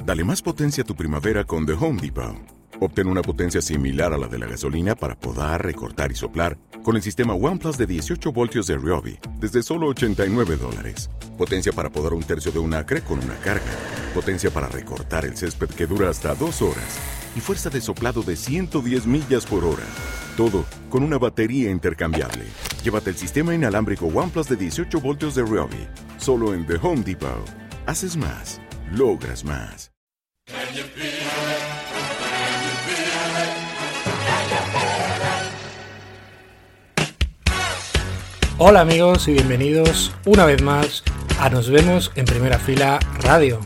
Dale más potencia a tu primavera con The Home Depot. Obtén una potencia similar a la de la gasolina para podar, recortar y soplar con el sistema OnePlus de 18 voltios de Ryobi desde solo $89. Potencia para podar un tercio de un acre con una carga. Potencia para recortar el césped que dura hasta 2 horas. Y fuerza de soplado de 110 millas por hora. Todo con una batería intercambiable. Llévate el sistema inalámbrico OnePlus de 18 voltios de Ryobi. Solo en The Home Depot. Haces más. Logras más. Hola amigos y bienvenidos una vez más a Nos Vemos en Primera Fila Radio.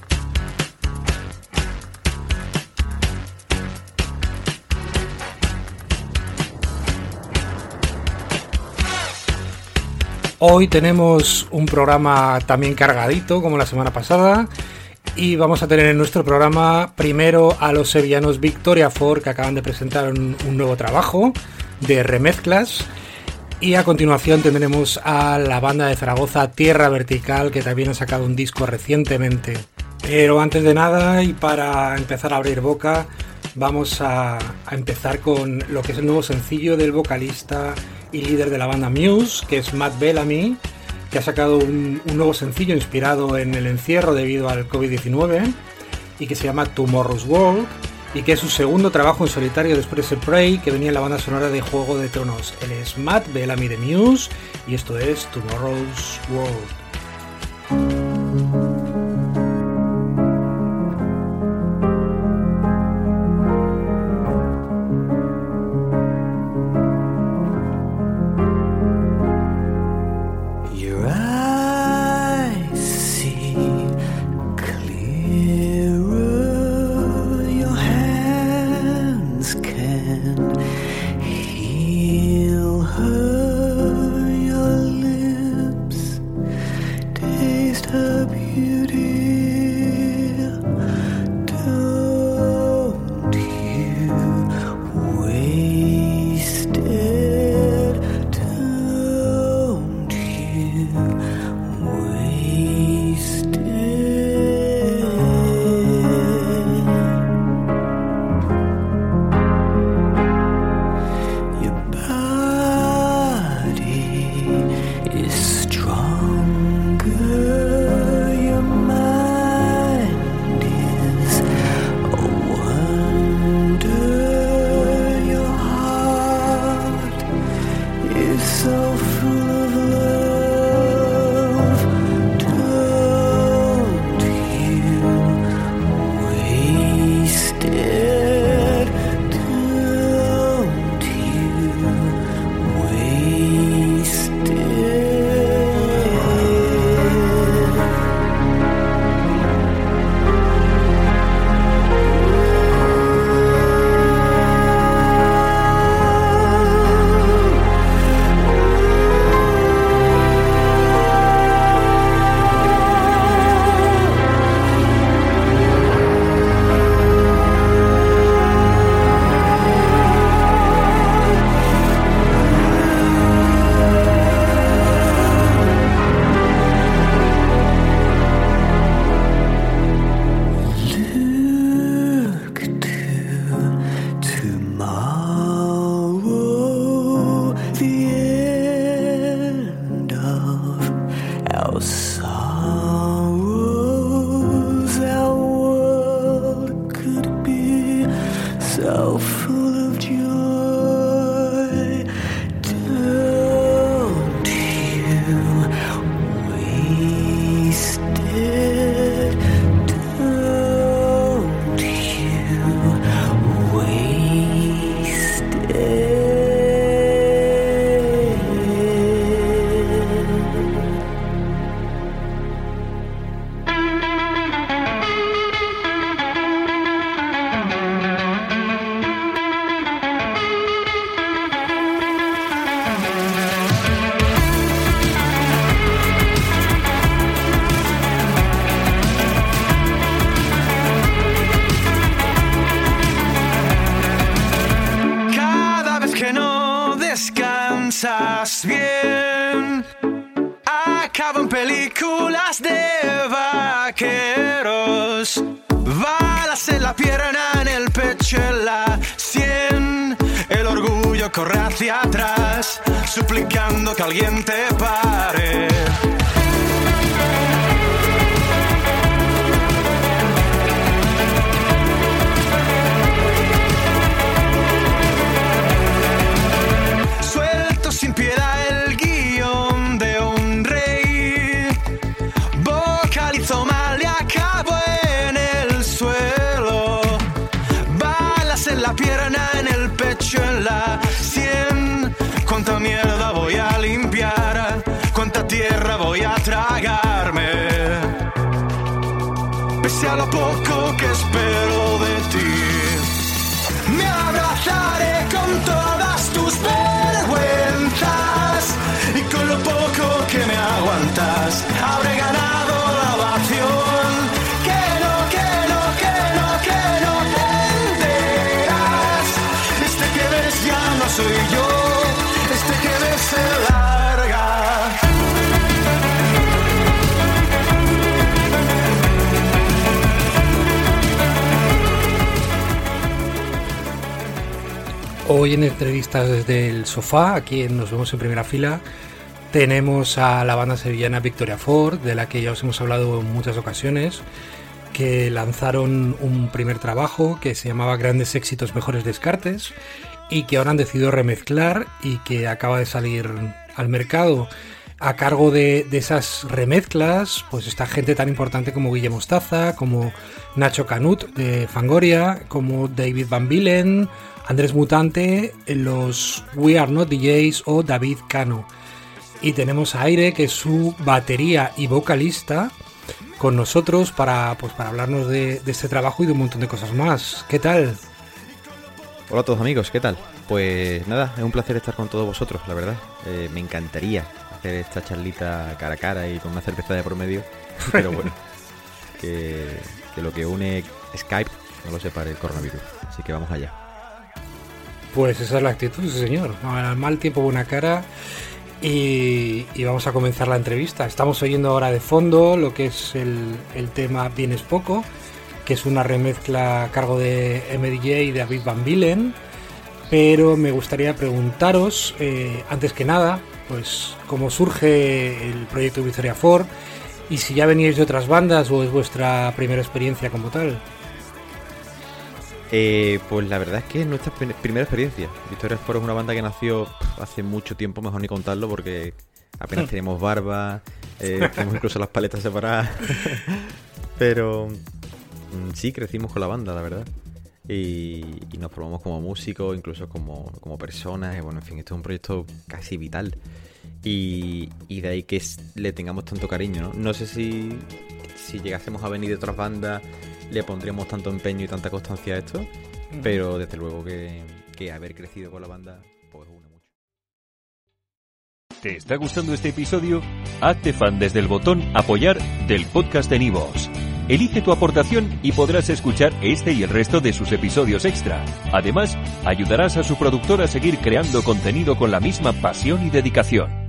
Hoy tenemos un programa también cargadito como la semana pasada y vamos a tener en nuestro programa primero a los sevillanos Victoria Fort, que acaban de presentar un nuevo trabajo de remezclas, y a continuación tendremos a la banda de Zaragoza Tierra Vertical, que también ha sacado un disco recientemente. Pero antes de nada, y para empezar a abrir boca, vamos a empezar con lo que es el nuevo sencillo del vocalista y líder de la banda Muse, que es Matt Bellamy, que ha sacado un nuevo sencillo inspirado en el encierro debido al COVID-19 y que se llama Tomorrow's World, y que es su segundo trabajo en solitario después de Prey, que venía en la banda sonora de Juego de Tronos. Él es Matt Bellamy de Muse y esto es Tomorrow's World. piensas bien. Acabo en películas de vaqueros. balas en la pierna, en el pecho, en la sien. El orgullo corre hacia atrás, suplicando que alguien te pare. Suelto sin piedad el guión de un rey, vocalizo mal y acabo en el suelo. Balas en la pierna, en el pecho, en la sien. Cuánta mierda voy a limpiar, cuánta tierra voy a tragarme, pese a lo poco que espero de ti. Me abrazaré con todas tus vergüenzas y con lo poco que me aguantas habré ganado la ovación. Que no te enteras. Este que ves ya no soy yo, este que ves se larga. Hoy en entrevistas desde el sofá, aquí en Nos Vemos en Primera Fila, tenemos a la banda sevillana Victoria Fort, de la que ya os hemos hablado en muchas ocasiones, que lanzaron un primer trabajo que se llamaba Grandes Éxitos, Mejores Descartes, y que ahora han decidido remezclar y que acaba de salir al mercado. A cargo de esas remezclas, pues está gente tan importante como Guille Mostaza, como Nacho Canut de Fangoria, como David Van Bilen, Andrés Mutante, los We Are Not DJs o David Cano. Y tenemos a Aire, que es su batería y vocalista, con nosotros para hablarnos de este trabajo y de un montón de cosas más. ¿Qué tal? Hola a todos amigos, ¿qué tal? Pues nada, es un placer estar con todos vosotros, la verdad. Me encantaría hacer esta charlita cara a cara y con una cerveza de por medio, pero bueno, que lo que une Skype no lo separe el coronavirus, así que vamos allá. Pues esa es la actitud, sí señor. Al mal tiempo, buena cara. Y vamos a comenzar la entrevista. Estamos oyendo ahora de fondo lo que es el tema Vienes Poco, que es una remezcla a cargo de MDJ y de David Van Bilen. Pero me gustaría preguntaros, antes que nada, pues cómo surge el proyecto Victoria Fort y si ya veníais de otras bandas o es vuestra primera experiencia como tal. Pues la verdad es que es nuestra primera experiencia. Victoria Fort es una banda que nació hace mucho tiempo, mejor ni contarlo porque apenas tenemos barba, tenemos incluso las paletas separadas. Pero sí, crecimos con la banda, la verdad. Y nos formamos como músicos, incluso como personas. Y bueno, en fin, esto es un proyecto casi vital. Y de ahí que le tengamos tanto cariño, ¿no? No sé si llegásemos a venir de otras bandas le pondríamos tanto empeño y tanta constancia a esto, pero desde luego que haber crecido con la banda pues une mucho. ¿Te está gustando este episodio? Hazte fan desde el botón Apoyar del podcast de Nivos. Elige tu aportación y podrás escuchar este y el resto de sus episodios extra. Además, ayudarás a su productor a seguir creando contenido con la misma pasión y dedicación.